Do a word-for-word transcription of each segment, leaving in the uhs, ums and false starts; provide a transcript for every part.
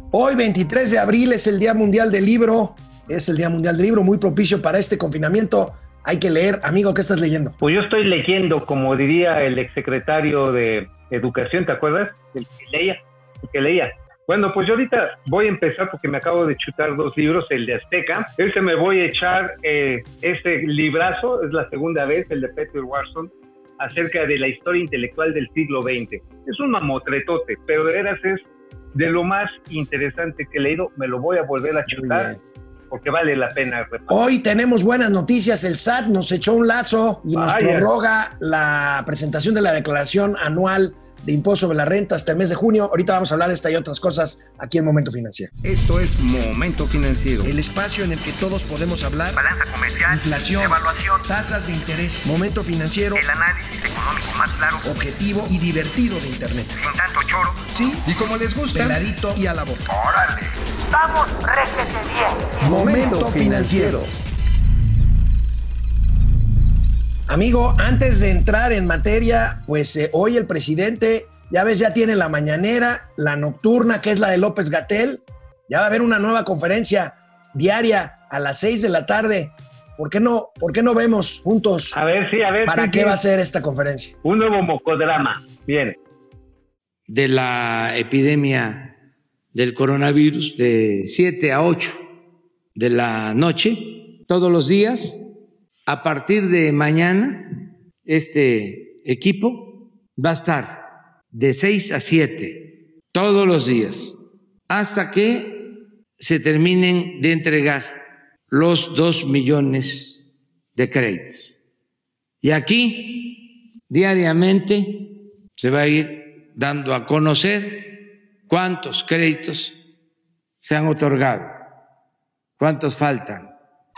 Hoy, veintitrés de abril, es el Día Mundial del Libro. Es el Día Mundial del Libro, muy propicio para este confinamiento. Hay que leer. Amigo, ¿qué estás leyendo? Pues yo estoy leyendo, como diría el exsecretario de Educación, ¿te acuerdas? El que leía, el que leía. Bueno, pues yo ahorita voy a empezar porque me acabo de chutar dos libros, el de Azteca. Ese me voy a echar eh, este librazo, es la segunda vez, el de Peter Watson, acerca de la historia intelectual del siglo veinte. Es un mamotretote, pero de veras es de lo más interesante que he leído. Me lo voy a volver a chutar porque vale la pena repasar. Hoy tenemos buenas noticias. El S A T nos echó un lazo y Vaya. nos prorroga la presentación de la declaración anual de impuesto sobre la renta hasta el mes de junio. Ahorita vamos a hablar de esta y otras cosas aquí en Momento Financiero. Esto es Momento Financiero. El espacio en el que todos podemos hablar. Balanza comercial, inflación, evaluación, tasas de interés. Momento Financiero. El análisis económico más claro, objetivo y divertido de Internet. Sin tanto choro. Sí. Y como les gusta, peladito y a la boca. ¡Órale! ¡Vamos, réjete bien! Momento Financiero. Amigo, antes de entrar en materia, pues eh, hoy el presidente, ya ves, ya tiene la mañanera, la nocturna, que es la de López-Gatell. Ya va a haber una nueva conferencia diaria a las seis de la tarde. ¿Por qué no, por qué no vemos juntos? A ver, sí, a ver. ¿Para sí, qué sí. va a ser esta conferencia? Un nuevo mocodrama. Bien. De la epidemia del coronavirus de siete a ocho de la noche, todos los días. A partir de mañana, este equipo va a estar de seis a siete todos los días hasta que se terminen de entregar los dos millones de créditos. Y aquí, diariamente, se va a ir dando a conocer cuántos créditos se han otorgado, cuántos faltan.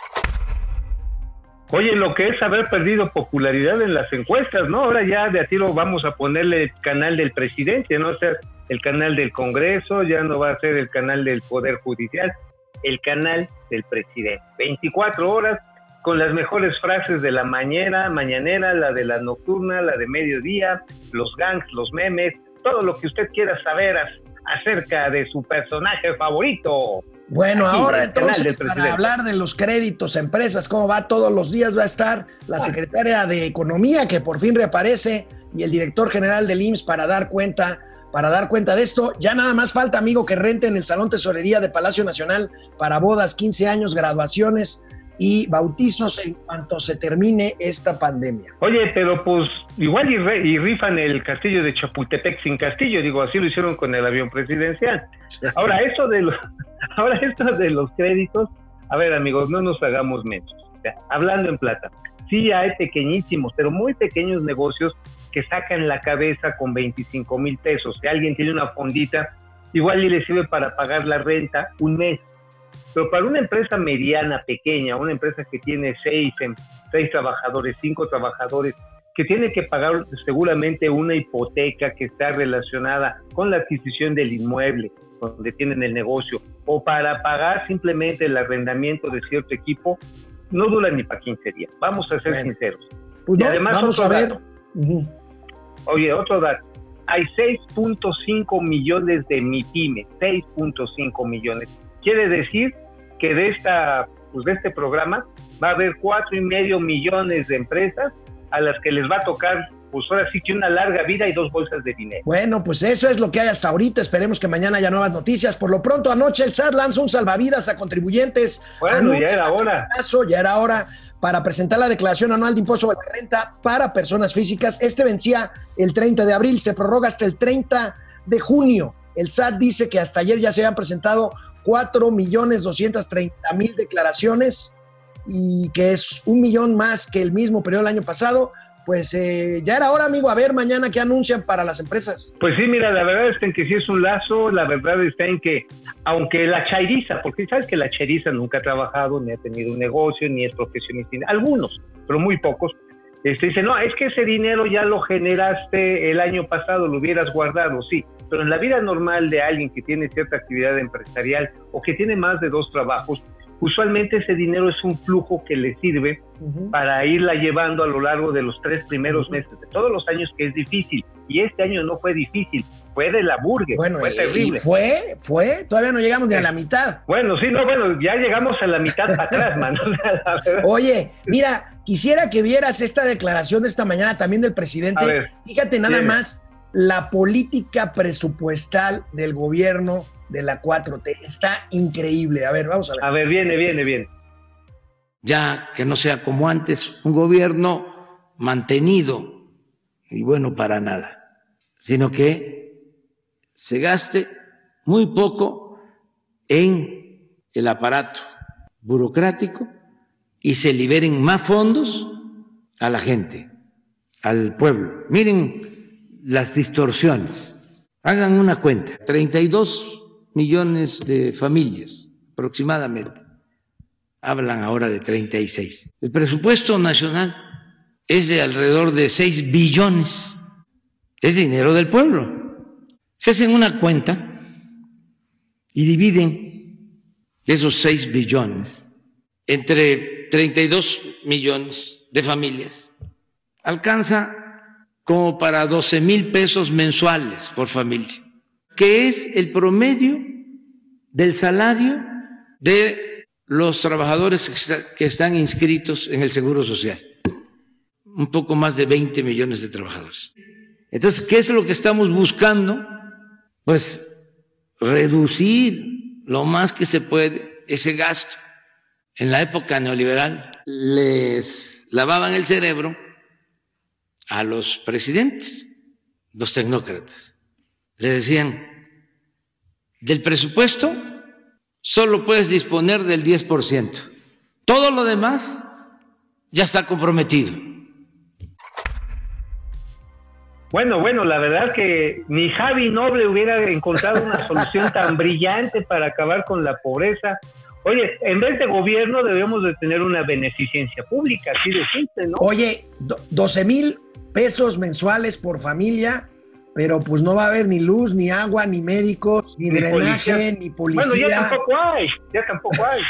Oye, lo que es haber perdido popularidad en las encuestas, ¿no? Ahora ya de a tiro vamos a ponerle el canal del presidente, ¿no? O sea, el canal del Congreso, ya no va a ser el canal del Poder Judicial, el canal del presidente. veinticuatro horas con las mejores frases de la mañana, mañanera, la de la nocturna, la de mediodía, los gangs, los memes, todo lo que usted quiera saber acerca de su personaje favorito. Bueno, Aquí, ahora entonces, para hablar de los créditos a empresas, cómo va todos los días, va a estar la secretaria de Economía, que por fin reaparece, y el director general del I M S S para dar cuenta, para dar cuenta de esto. Ya nada más falta, amigo, que renten el Salón Tesorería de Palacio Nacional para bodas, quince años, graduaciones y bautizos en cuanto se termine esta pandemia. Oye, pero pues igual y, re, y rifan el castillo de Chapultepec sin castillo, digo, así lo hicieron con el avión presidencial. Ahora, eso de los, ahora esto de los créditos, a ver, amigos, no nos hagamos mensos. O sea, hablando en plata, sí hay pequeñísimos, pero muy pequeños negocios que sacan la cabeza con veinticinco mil pesos. Si alguien tiene una fondita, igual y le sirve para pagar la renta un mes. Pero para una empresa mediana, pequeña, una empresa que tiene seis, seis trabajadores, cinco trabajadores, que tiene que pagar seguramente una hipoteca que está relacionada con la adquisición del inmueble donde tienen el negocio, o para pagar simplemente el arrendamiento de cierto equipo, no dura ni para quince días. Vamos a ser bueno, sinceros. Pues y no, además, vamos a ver. Dato. Uh-huh. Oye, otro dato. Hay seis punto cinco millones de MIPYME, seis punto cinco millones. Quiere decir que de esta, pues de este programa va a haber cuatro y medio millones de empresas a las que les va a tocar, pues ahora sí que una larga vida y dos bolsas de dinero. Bueno, pues eso es lo que hay hasta ahorita. Esperemos que mañana haya nuevas noticias. Por lo pronto, anoche el S A T lanza un salvavidas a contribuyentes. Bueno, anoche, ya era hora. Caso, ya era hora para presentar la declaración anual de impuesto sobre la renta para personas físicas. Este vencía el treinta de abril, se prorroga hasta el treinta de junio. El S A T dice que hasta ayer ya se habían presentado cuatro millones doscientas treinta mil declaraciones y que es un millón más que el mismo periodo del año pasado. Pues eh, ya era hora, amigo, a ver mañana qué anuncian para las empresas. Pues sí, mira, la verdad está en que sí es un lazo, la verdad está en que, aunque la chairiza, porque sabes que la chairiza nunca ha trabajado, ni ha tenido un negocio, ni es profesionista, algunos, pero muy pocos, este, dice, no, es que ese dinero ya lo generaste el año pasado, lo hubieras guardado, sí, pero en la vida normal de alguien que tiene cierta actividad empresarial o que tiene más de dos trabajos, usualmente ese dinero es un flujo que le sirve uh-huh. para irla llevando a lo largo de los tres primeros uh-huh. meses de todos los años, que es difícil. y este año no fue difícil, fue de la burger, bueno, fue y, terrible. Y fue, fue, todavía no llegamos ni a la mitad. Bueno, sí, no, bueno, ya llegamos a la mitad para atrás, man. Oye, mira, quisiera que vieras esta declaración de esta mañana también del presidente. Ver, Fíjate nada sí. más la política presupuestal del gobierno de la cuatro T. Está increíble. A ver, vamos a ver. A ver, viene, viene, viene. Ya que no sea como antes, un gobierno mantenido y bueno para nada, sino que se gaste muy poco en el aparato burocrático y se liberen más fondos a la gente, al pueblo. Miren las distorsiones. Hagan una cuenta. treinta y dos millones de familias aproximadamente. Hablan ahora de treinta y seis. El presupuesto nacional es de alrededor de seis billones. Es dinero del pueblo. Se hacen una cuenta y dividen esos seis billones entre treinta y dos millones de familias. Alcanza como para doce mil pesos mensuales por familia, que es el promedio del salario de los trabajadores que están inscritos en el Seguro Social. Un poco más de veinte millones de trabajadores. Entonces, ¿qué es lo que estamos buscando? Pues reducir lo más que se puede ese gasto. En la época neoliberal les lavaban el cerebro a los presidentes, los tecnócratas. Les decían, del presupuesto solo puedes disponer del diez por ciento. Todo lo demás ya está comprometido. Bueno, bueno, la verdad que ni Javi Noble hubiera encontrado una solución tan brillante para acabar con la pobreza. Oye, en vez de gobierno debemos de tener una beneficencia pública, así de simple, ¿no? Oye, do- doce mil pesos mensuales por familia, pero pues no va a haber ni luz, ni agua, ni médicos, ni, Ni drenaje, policía. ni policía. Bueno, ya tampoco hay, ya tampoco hay.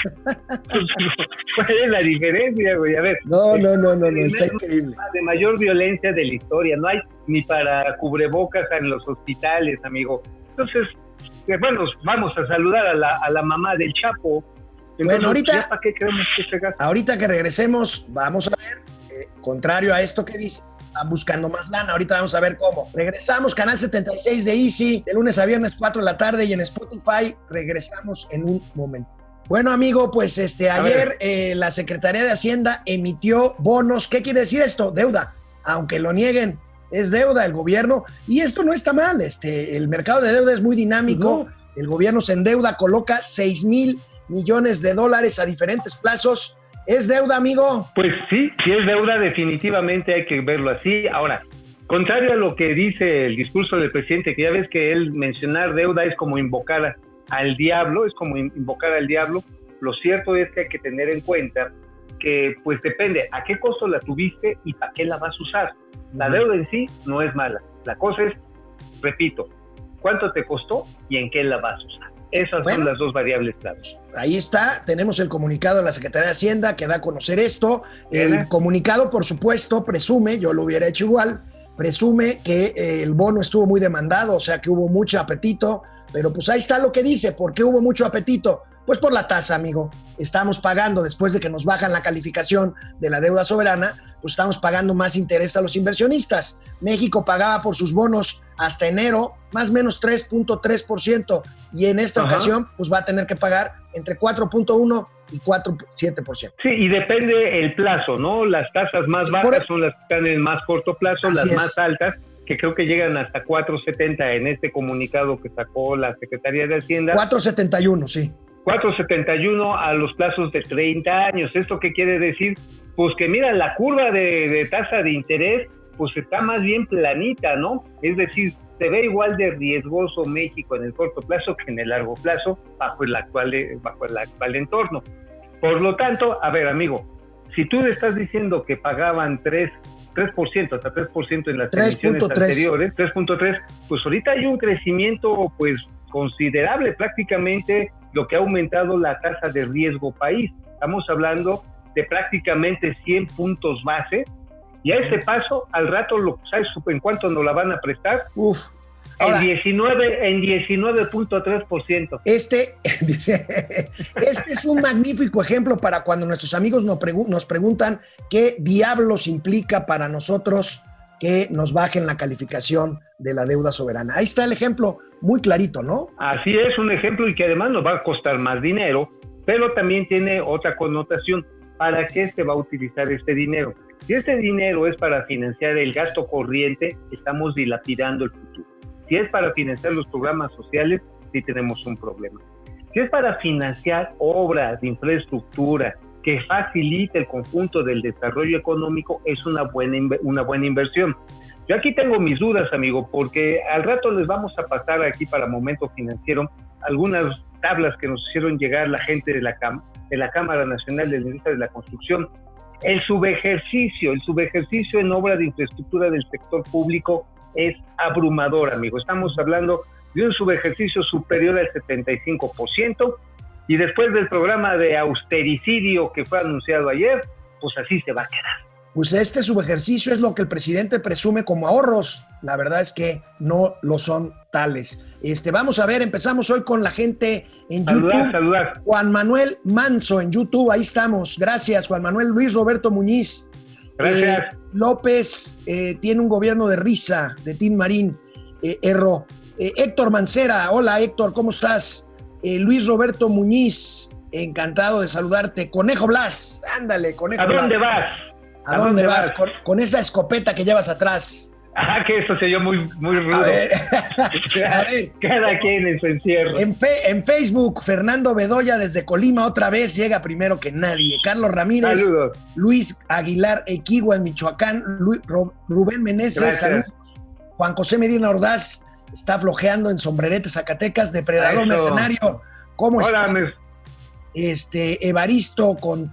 ¿Cuál es la diferencia, güey? A ver. No, no, no, no, no, está increíble. De mayor violencia de la historia, no hay ni para cubrebocas en los hospitales, amigo. Entonces, eh, bueno, vamos a saludar a la, a la mamá del Chapo. Entonces, Bueno, ahorita- ¿ya ¿para qué queremos que se gaste? Ahorita que regresemos, vamos a ver, eh, contrario a esto que dice, están buscando más lana, ahorita vamos a ver cómo. Regresamos, Canal setenta y seis de Easy, de lunes a viernes, cuatro de la tarde, y en Spotify, regresamos en un momento. Bueno, amigo, pues este, A ayer eh, la Secretaría de Hacienda emitió bonos. ¿Qué quiere decir esto? Deuda. Aunque lo nieguen, es deuda el gobierno, y esto no está mal. Este, el mercado de deuda es muy dinámico, No. el gobierno se endeuda, coloca seis mil millones de dólares a diferentes plazos. ¿Es deuda, amigo? Pues sí, si es deuda, definitivamente hay que verlo así. Ahora, contrario a lo que dice el discurso del presidente, que ya ves que él mencionar deuda es como invocar al diablo, es como invocar al diablo, lo cierto es que hay que tener en cuenta que pues depende a qué costo la tuviste y para qué la vas a usar. La deuda en sí no es mala, la cosa es, repito, cuánto te costó y en qué la vas a usar. Esas Bueno. son las dos variables claves. Ahí está, tenemos el comunicado de la Secretaría de Hacienda que da a conocer esto. El Bien. comunicado, por supuesto, presume, yo lo hubiera hecho igual, presume que eh, el bono estuvo muy demandado, o sea que hubo mucho apetito, pero pues ahí está lo que dice. ¿Por qué hubo mucho apetito? Pues por la tasa, amigo. Estamos pagando, después de que nos bajan la calificación de la deuda soberana, pues estamos pagando más interés a los inversionistas. México pagaba por sus bonos hasta enero más o menos tres punto tres por ciento, y en esta Ajá. ocasión pues va a tener que pagar entre cuatro punto uno y cuatro punto siete por ciento. Sí, y depende el plazo, ¿no? Las tasas más Por bajas e- son las que están en más corto plazo, Así las es. más altas, que creo que llegan hasta cuatro setenta en este comunicado que sacó la Secretaría de Hacienda. cuatro setenta y uno, sí. cuatro setenta y uno a los plazos de treinta años. ¿Esto qué quiere decir? Pues que mira, la curva de, de tasa de interés pues está más bien planita, ¿no? Es decir, se ve igual de riesgoso México en el corto plazo que en el largo plazo bajo el actual, bajo el actual entorno. Por lo tanto, a ver, amigo, si tú le estás diciendo que pagaban tres por ciento, hasta tres por ciento en las tres emisiones punto tres. anteriores, tres punto tres, pues ahorita hay un crecimiento pues considerable, prácticamente lo que ha aumentado la tasa de riesgo país. Estamos hablando de prácticamente cien puntos base Y a ese paso, al rato, lo ¿sabes en cuánto nos la van a prestar? Uf. Ahora, en diecinueve, en diecinueve punto tres por ciento. Este, este es un magnífico ejemplo para cuando nuestros amigos nos, pregu- nos preguntan qué diablos implica para nosotros que nos bajen la calificación de la deuda soberana. Ahí está el ejemplo, muy clarito, ¿no? Así es, un ejemplo y que además nos va a costar más dinero, pero también tiene otra connotación. ¿Para qué se va a utilizar este dinero? Si este dinero es para financiar el gasto corriente, estamos dilapidando el futuro. Si es para financiar los programas sociales, sí tenemos un problema. Si es para financiar obras de infraestructura que facilite el conjunto del desarrollo económico, es una buena, una buena inversión. Yo aquí tengo mis dudas, amigo, porque al rato les vamos a pasar aquí para Momento Financiero algunas tablas que nos hicieron llegar la gente de la, Cam- de la Cámara Nacional de la Industria de la Construcción. El subejercicio, el subejercicio en obra de infraestructura del sector público es abrumador, amigo. Estamos hablando de un subejercicio superior al setenta y cinco por ciento y después del programa de austericidio que fue anunciado ayer, pues así se va a quedar. Pues este subejercicio es lo que el presidente presume como ahorros. La verdad es que no lo son tales. Este, vamos a ver, empezamos hoy con la gente en saludar, YouTube. Saludar. Juan Manuel Manso en YouTube, ahí estamos. Gracias, Juan Manuel. Luis Roberto Muñiz. Gracias. Eh, López eh, tiene un gobierno de risa, de Tim Marín. Eh, Erro. Eh, Héctor Mancera, hola Héctor, ¿cómo estás? Eh, Luis Roberto Muñiz, encantado de saludarte. Conejo Blas, ándale, Conejo ¿A Blas. dónde vas? ¿A, ¿A dónde, dónde vas? vas? Con, con esa escopeta que llevas atrás. Ah, que eso se oyó muy, muy rudo. A ver. A ver. Cada quien en su encierro. En, fe, en Facebook, Fernando Bedoya desde Colima otra vez llega primero que nadie. Carlos Ramírez. Saludos. Luis Aguilar Equigua en Michoacán. Luis, Rubén Meneses. Saludos. Juan José Medina Ordaz está flojeando en Sombrerete, Zacatecas. Depredador Mercenario. ¿Cómo Hola, está? Me... Este, Evaristo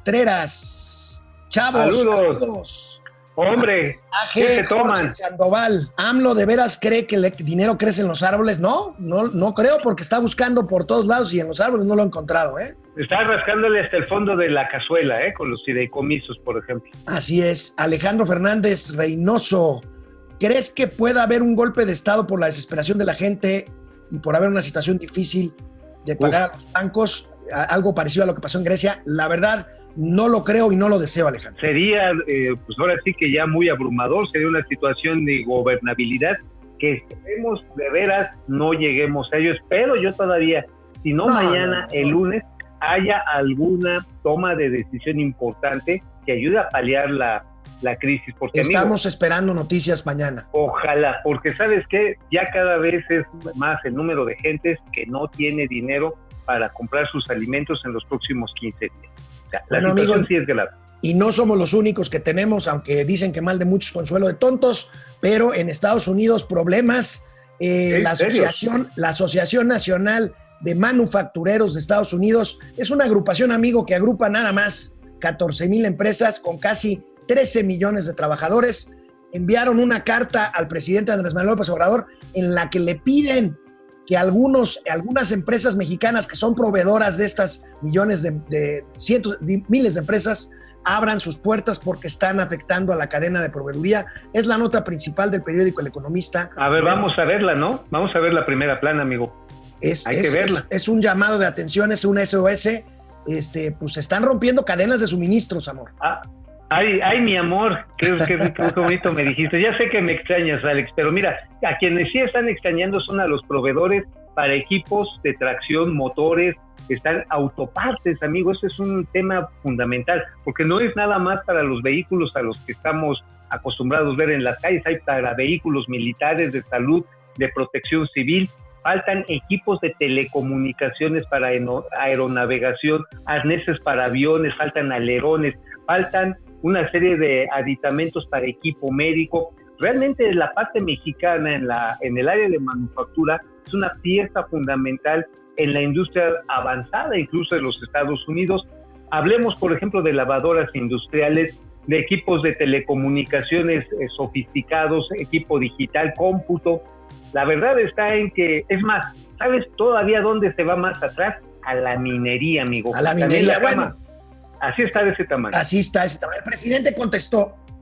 Contreras. Chavos. Saludos. saludos. Hombre, ¿qué se toman? Sandoval, ¿AMLO de veras cree que el dinero crece en los árboles? No, no, no creo, porque está buscando por todos lados y en los árboles no lo ha encontrado, ¿eh? Está rascándole hasta el fondo de la cazuela, ¿eh? Con los fideicomisos, por ejemplo. Así es. Alejandro Fernández Reynoso, ¿crees que pueda haber un golpe de Estado por la desesperación de la gente y por haber una situación difícil de pagar Uf. a los bancos? Algo parecido a lo que pasó en Grecia. La verdad, no lo creo y no lo deseo, Alejandro. Sería, eh, pues ahora sí que ya muy abrumador, sería una situación de gobernabilidad que esperemos de veras no lleguemos a ello. Espero yo todavía, si no, no mañana, no, no, el lunes, haya alguna toma de decisión importante que ayude a paliar la, la crisis. Porque, estamos amigo, esperando noticias mañana. Ojalá, porque ¿sabes qué? Ya cada vez es más el número de gentes que no tiene dinero para comprar sus alimentos en los próximos quince días. O sea, la bueno, situación amigo, sí es grave. Y no somos los únicos que tenemos, aunque dicen que mal de muchos consuelo de tontos, pero en Estados Unidos problemas. Eh, la, asociación, la Asociación Nacional de Manufactureros de Estados Unidos es una agrupación, amigo, que agrupa nada más catorce mil empresas con casi trece millones de trabajadores. Enviaron una carta al presidente Andrés Manuel López Obrador en la que le piden que algunos, algunas empresas mexicanas que son proveedoras de estas millones de, de cientos, de miles de empresas, abran sus puertas porque están afectando a la cadena de proveeduría. Es la nota principal del periódico El Economista. A ver, vamos a verla, ¿no? Vamos a ver la primera plana, amigo. Es, Hay es, que verla. Es, es un llamado de atención, es un S O S. Este, pues se están rompiendo cadenas de suministros, amor. Ah. Ay, ay, mi amor, qué, qué, qué bonito me dijiste. Ya sé que me extrañas, Alex, pero mira, a quienes sí están extrañando son a los proveedores para equipos de tracción, motores, están autopartes, amigo. Ese es un tema fundamental, porque no es nada más para los vehículos a los que estamos acostumbrados a ver en las calles, hay para vehículos militares, de salud, de protección civil. Faltan equipos de telecomunicaciones para aeronavegación, arneses para aviones, faltan alerones, faltan una serie de aditamentos para equipo médico. Realmente la parte mexicana en, la, en el área de manufactura es una pieza fundamental en la industria avanzada, incluso de los Estados Unidos. Hablemos, por ejemplo, de lavadoras industriales, de equipos de telecomunicaciones eh, sofisticados, equipo digital, cómputo. La verdad está en que, es más, ¿sabes todavía dónde se va más atrás? A la minería, amigo. A la minería, la bueno. Así está de ese tamaño. Así está de ese tamaño. El presidente contestó,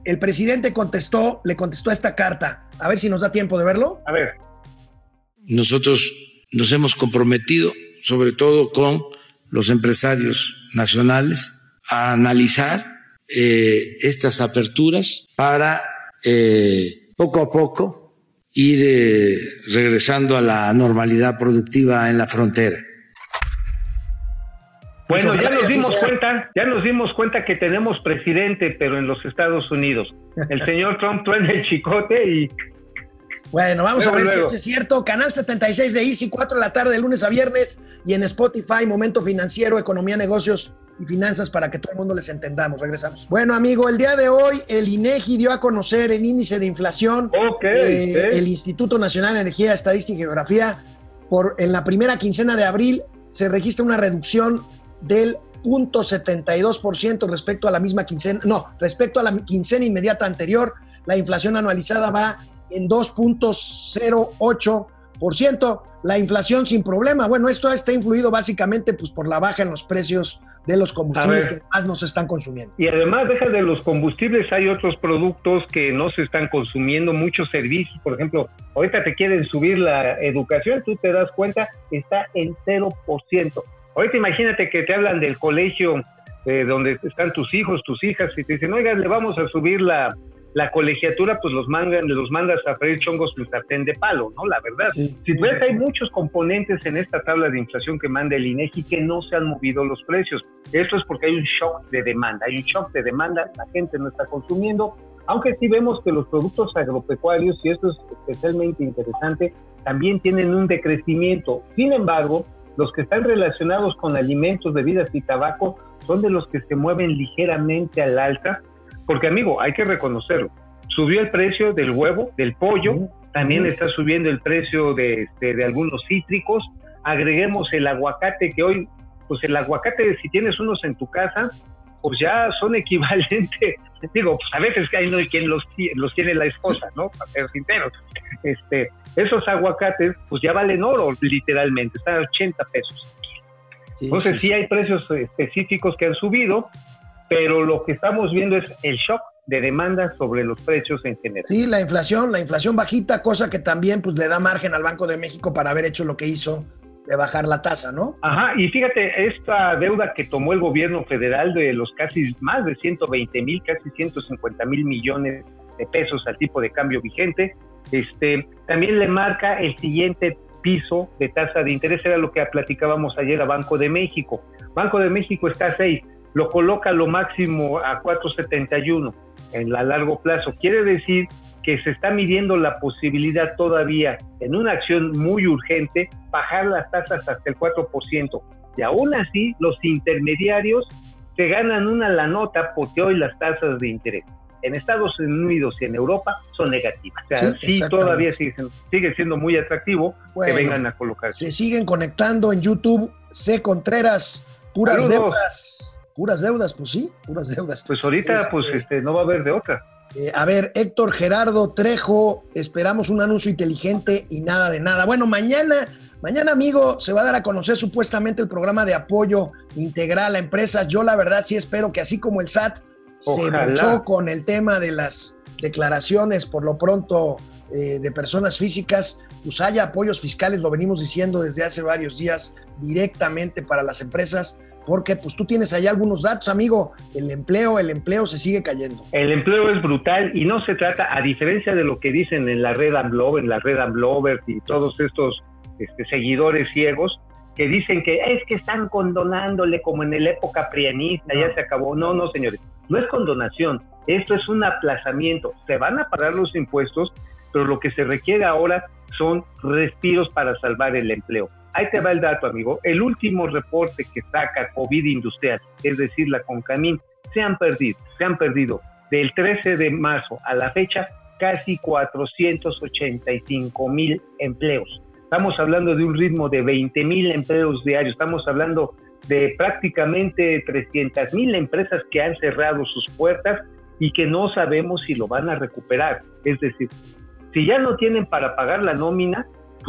el presidente contestó, le contestó a esta carta. A ver si nos da tiempo de verlo. A ver. Nosotros nos hemos comprometido, sobre todo con los empresarios nacionales, a analizar eh, estas aperturas para eh, poco a poco ir eh, regresando a la normalidad productiva en la frontera. Bueno, ya nos dimos cuenta, ya nos dimos cuenta que tenemos presidente, pero en los Estados Unidos. El señor Trump truena el chicote y... Bueno, vamos luego, a ver luego. si esto es cierto. Canal setenta y seis de Easy, cuatro de la tarde, de lunes a viernes, y en Spotify, Momento Financiero, Economía, Negocios y Finanzas, para que todo el mundo les entendamos. Regresamos. Bueno, amigo, el día de hoy el INEGI dio a conocer el índice de inflación. Okay, eh, okay. El Instituto Nacional de Energía, Estadística y Geografía. Por, en la primera quincena de abril se registra una reducción del cero punto setenta y dos por ciento respecto a la misma quincena, no, respecto a la quincena inmediata anterior. La inflación anualizada va en dos punto cero ocho por ciento. La inflación sin problema. Bueno, esto está influido básicamente pues, por la baja en los precios de los combustibles que más nos están consumiendo. Y además, deja de los combustibles, hay otros productos que no se están consumiendo, muchos servicios. Por ejemplo, ahorita te quieren subir la educación, tú te das cuenta, está en cero por ciento. Ahorita imagínate que te hablan del colegio eh, donde están tus hijos, tus hijas, y te dicen, oigan, le vamos a subir la, la colegiatura, pues los mandan, los mandas a freír chongos en sartén de palo, ¿no? La verdad. Sí, si ves, sí. Hay muchos componentes en esta tabla de inflación que manda el INEGI que no se han movido los precios. Esto es porque hay un shock de demanda, hay un shock de demanda, la gente no está consumiendo, aunque sí vemos que los productos agropecuarios, y esto es especialmente interesante, también tienen un decrecimiento. Sin embargo, los que están relacionados con alimentos, bebidas y tabaco son de los que se mueven ligeramente al alza, porque, amigo, hay que reconocerlo. Subió el precio del huevo, del pollo, uh-huh. también uh-huh. está subiendo el precio de, de, de algunos cítricos. Agreguemos el aguacate, que hoy, pues el aguacate, si tienes unos en tu casa, pues ya son equivalentes. Digo, pues a veces hay no hay quien los, los tiene la esposa, ¿no? Para ser sinceros. Este... Esos aguacates, pues ya valen oro, literalmente, están a ochenta pesos. Sí, Entonces sí, sí hay precios específicos que han subido, pero lo que estamos viendo es el shock de demanda sobre los precios en general. Sí, la inflación, la inflación bajita, cosa que también pues le da margen al Banco de México para haber hecho lo que hizo de bajar la tasa, ¿no? Ajá, y fíjate, esta deuda que tomó el gobierno federal de los casi más de ciento veinte mil, casi ciento cincuenta mil millones de pesos al tipo de cambio vigente, este, también le marca el siguiente piso de tasa de interés, era lo que platicábamos ayer a Banco de México. Banco de México está a seis, lo coloca lo máximo a cuatro setenta y uno en la largo plazo. Quiere decir que se está midiendo la posibilidad todavía, en una acción muy urgente, bajar las tasas hasta el cuatro por ciento. Y aún así, los intermediarios se ganan una la nota porque hoy las tasas de interés en Estados Unidos y en Europa son negativas. O sea, sí, sí todavía sigue, sigue siendo muy atractivo bueno, que vengan a colocarse. Se siguen conectando en YouTube. C. Contreras, puras Saludos. deudas. Puras deudas, pues sí, puras deudas. Pues ahorita este, pues este, no va a haber de otra. Eh, a ver, Héctor Gerardo Trejo, esperamos un anuncio inteligente y nada de nada. Bueno, mañana, mañana, amigo, se va a dar a conocer supuestamente el programa de apoyo integral a empresas. Yo la verdad sí espero que así como el S A T se mochó con el tema de las declaraciones por lo pronto eh, de personas físicas, pues haya apoyos fiscales, lo venimos diciendo desde hace varios días, directamente para las empresas, porque pues tú tienes ahí algunos datos, amigo, el empleo, el empleo se sigue cayendo. El empleo es brutal y no se trata, a diferencia de lo que dicen en la red AMLO, en la red AMLover y todos estos este, seguidores ciegos, que dicen que es que están condonándole como en la época prianista, no. ya se acabó. No, no, señores, no es condonación, esto es un aplazamiento. Se van a pagar los impuestos, pero lo que se requiere ahora son respiros para salvar el empleo. Ahí te va el dato, amigo. El último reporte que saca COVID Industrial, es decir, la CONCAMIN, se han perdido, se han perdido del trece de marzo a la fecha casi cuatrocientos ochenta y cinco mil empleos. Estamos hablando de un ritmo de veinte mil empleos diarios, estamos hablando de prácticamente trescientas mil empresas que han cerrado sus puertas y que no sabemos si lo van a recuperar. Es decir, si ya no tienen para pagar la nómina, pues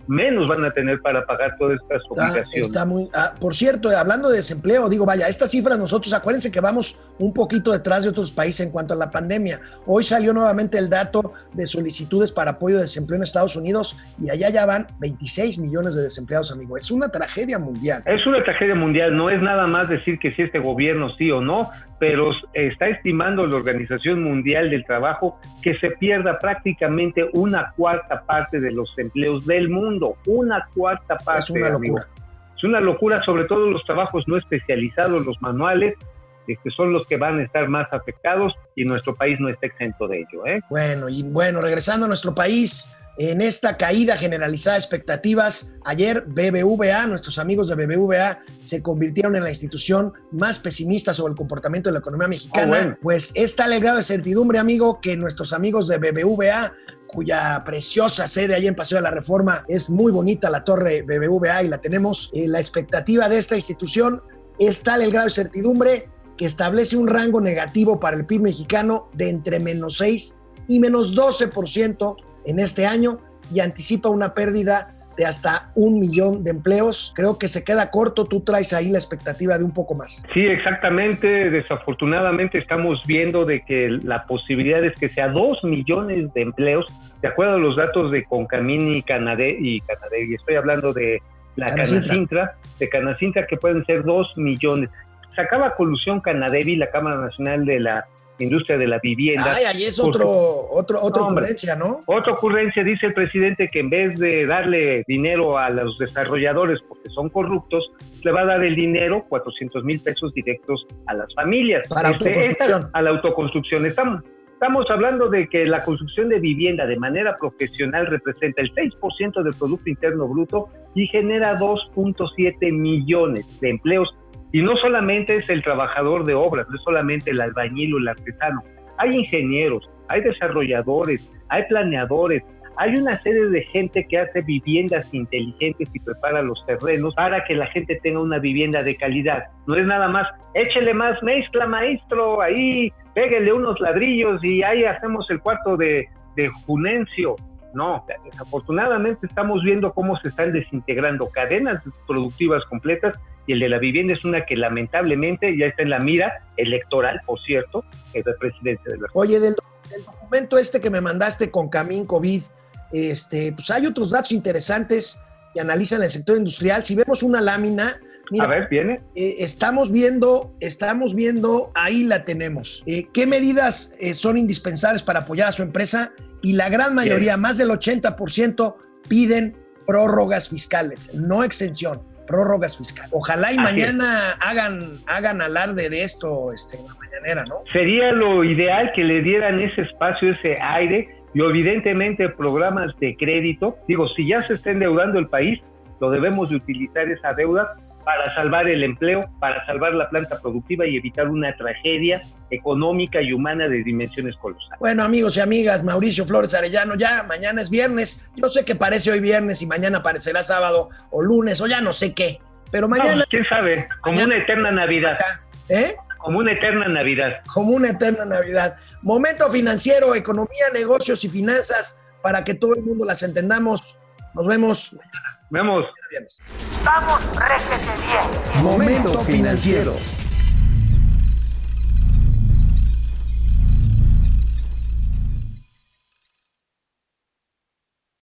menos van a tener para pagar todas estas obligaciones. Está, está muy, ah, por cierto, hablando de desempleo, digo, vaya, estas cifras nosotros, acuérdense que vamos un poquito detrás de otros países en cuanto a la pandemia. Hoy salió nuevamente el dato de solicitudes para apoyo de desempleo en Estados Unidos y allá ya van veintiséis millones de desempleados, amigo. Es una tragedia mundial. Es una tragedia mundial, no es nada más decir que si este gobierno sí o no, pero está estimando la Organización Mundial del Trabajo que se pierda prácticamente una cuarta parte de los empleos del mundo, una cuarta parte. Es una amigo. locura. Es una locura, sobre todo los trabajos no especializados, los manuales, que son los que van a estar más afectados y nuestro país no está exento de ello, ¿eh? Bueno, y bueno, regresando a nuestro país, en esta caída generalizada de expectativas, ayer B B V A, nuestros amigos de B B V A, se convirtieron en la institución más pesimista sobre el comportamiento de la economía mexicana. Oh, bueno. Pues es tal el grado de certidumbre, amigo, que nuestros amigos de B B V A, cuya preciosa sede ahí en Paseo de la Reforma, es muy bonita la torre B B V A y la tenemos, eh, la expectativa de esta institución es tal el grado de certidumbre que establece un rango negativo para el P I B mexicano de entre menos seis y menos doce por ciento en este año y anticipa una pérdida de hasta un millón de empleos. Creo que se queda corto, tú traes ahí la expectativa de un poco más. Sí, exactamente. Desafortunadamente estamos viendo de que la posibilidad es que sea dos millones de empleos, de acuerdo a los datos de Concamín y Canade, y Canade, y estoy hablando de la Canacintra, de Canacintra, que pueden ser dos millones. Sacaba colusión Canadevi, la Cámara Nacional de la Industria de la Vivienda. Ay, ahí es otro, otro, otra no, ocurrencia, ¿no? Otra ocurrencia, dice el presidente que en vez de darle dinero a los desarrolladores porque son corruptos, le va a dar el dinero, cuatrocientos mil pesos directos a las familias. Para este, autoconstrucción. Esta, a la autoconstrucción. Estamos, estamos hablando de que la construcción de vivienda de manera profesional representa el seis por ciento del Producto Interno Bruto y genera dos punto siete millones de empleos. Y no solamente es el trabajador de obras, no es solamente el albañil o el artesano. Hay ingenieros, hay desarrolladores, hay planeadores, hay una serie de gente que hace viviendas inteligentes y prepara los terrenos para que la gente tenga una vivienda de calidad. No es nada más, échele más mezcla, maestro, ahí, péguele unos ladrillos y ahí hacemos el cuarto de, de Junencio. No, desafortunadamente estamos viendo cómo se están desintegrando cadenas productivas completas y el de la vivienda es una que lamentablemente ya está en la mira electoral, por cierto, es el presidente de la... Oye, del, del documento este que me mandaste con Camín COVID, este, pues hay otros datos interesantes que analizan el sector industrial. Si vemos una lámina... Mira, a ver, viene. Eh, estamos viendo, estamos viendo, ahí la tenemos. Eh, ¿Qué medidas eh, son indispensables para apoyar a su empresa? Y la gran mayoría, Bien. más del ochenta por ciento, piden prórrogas fiscales, no exención, prórrogas fiscales. Ojalá y Así mañana hagan, hagan alarde de esto este, en la mañanera, ¿no? Sería lo ideal que le dieran ese espacio, ese aire, y evidentemente programas de crédito. Digo, si ya se está endeudando el país, lo debemos de utilizar esa deuda para salvar el empleo, para salvar la planta productiva y evitar una tragedia económica y humana de dimensiones colosales. Bueno, amigos y amigas, Mauricio Flores Arellano, ya mañana es viernes. Yo sé que parece hoy viernes y mañana parecerá sábado o lunes o ya no sé qué, pero mañana... No, quién sabe, como mañana, una eterna Navidad. ¿Eh? Como una eterna Navidad. Como una eterna Navidad. Momento financiero, economía, negocios y finanzas para que todo el mundo las entendamos. Nos vemos mañana. Vemos. Vamos, réjete bien. Momento financiero.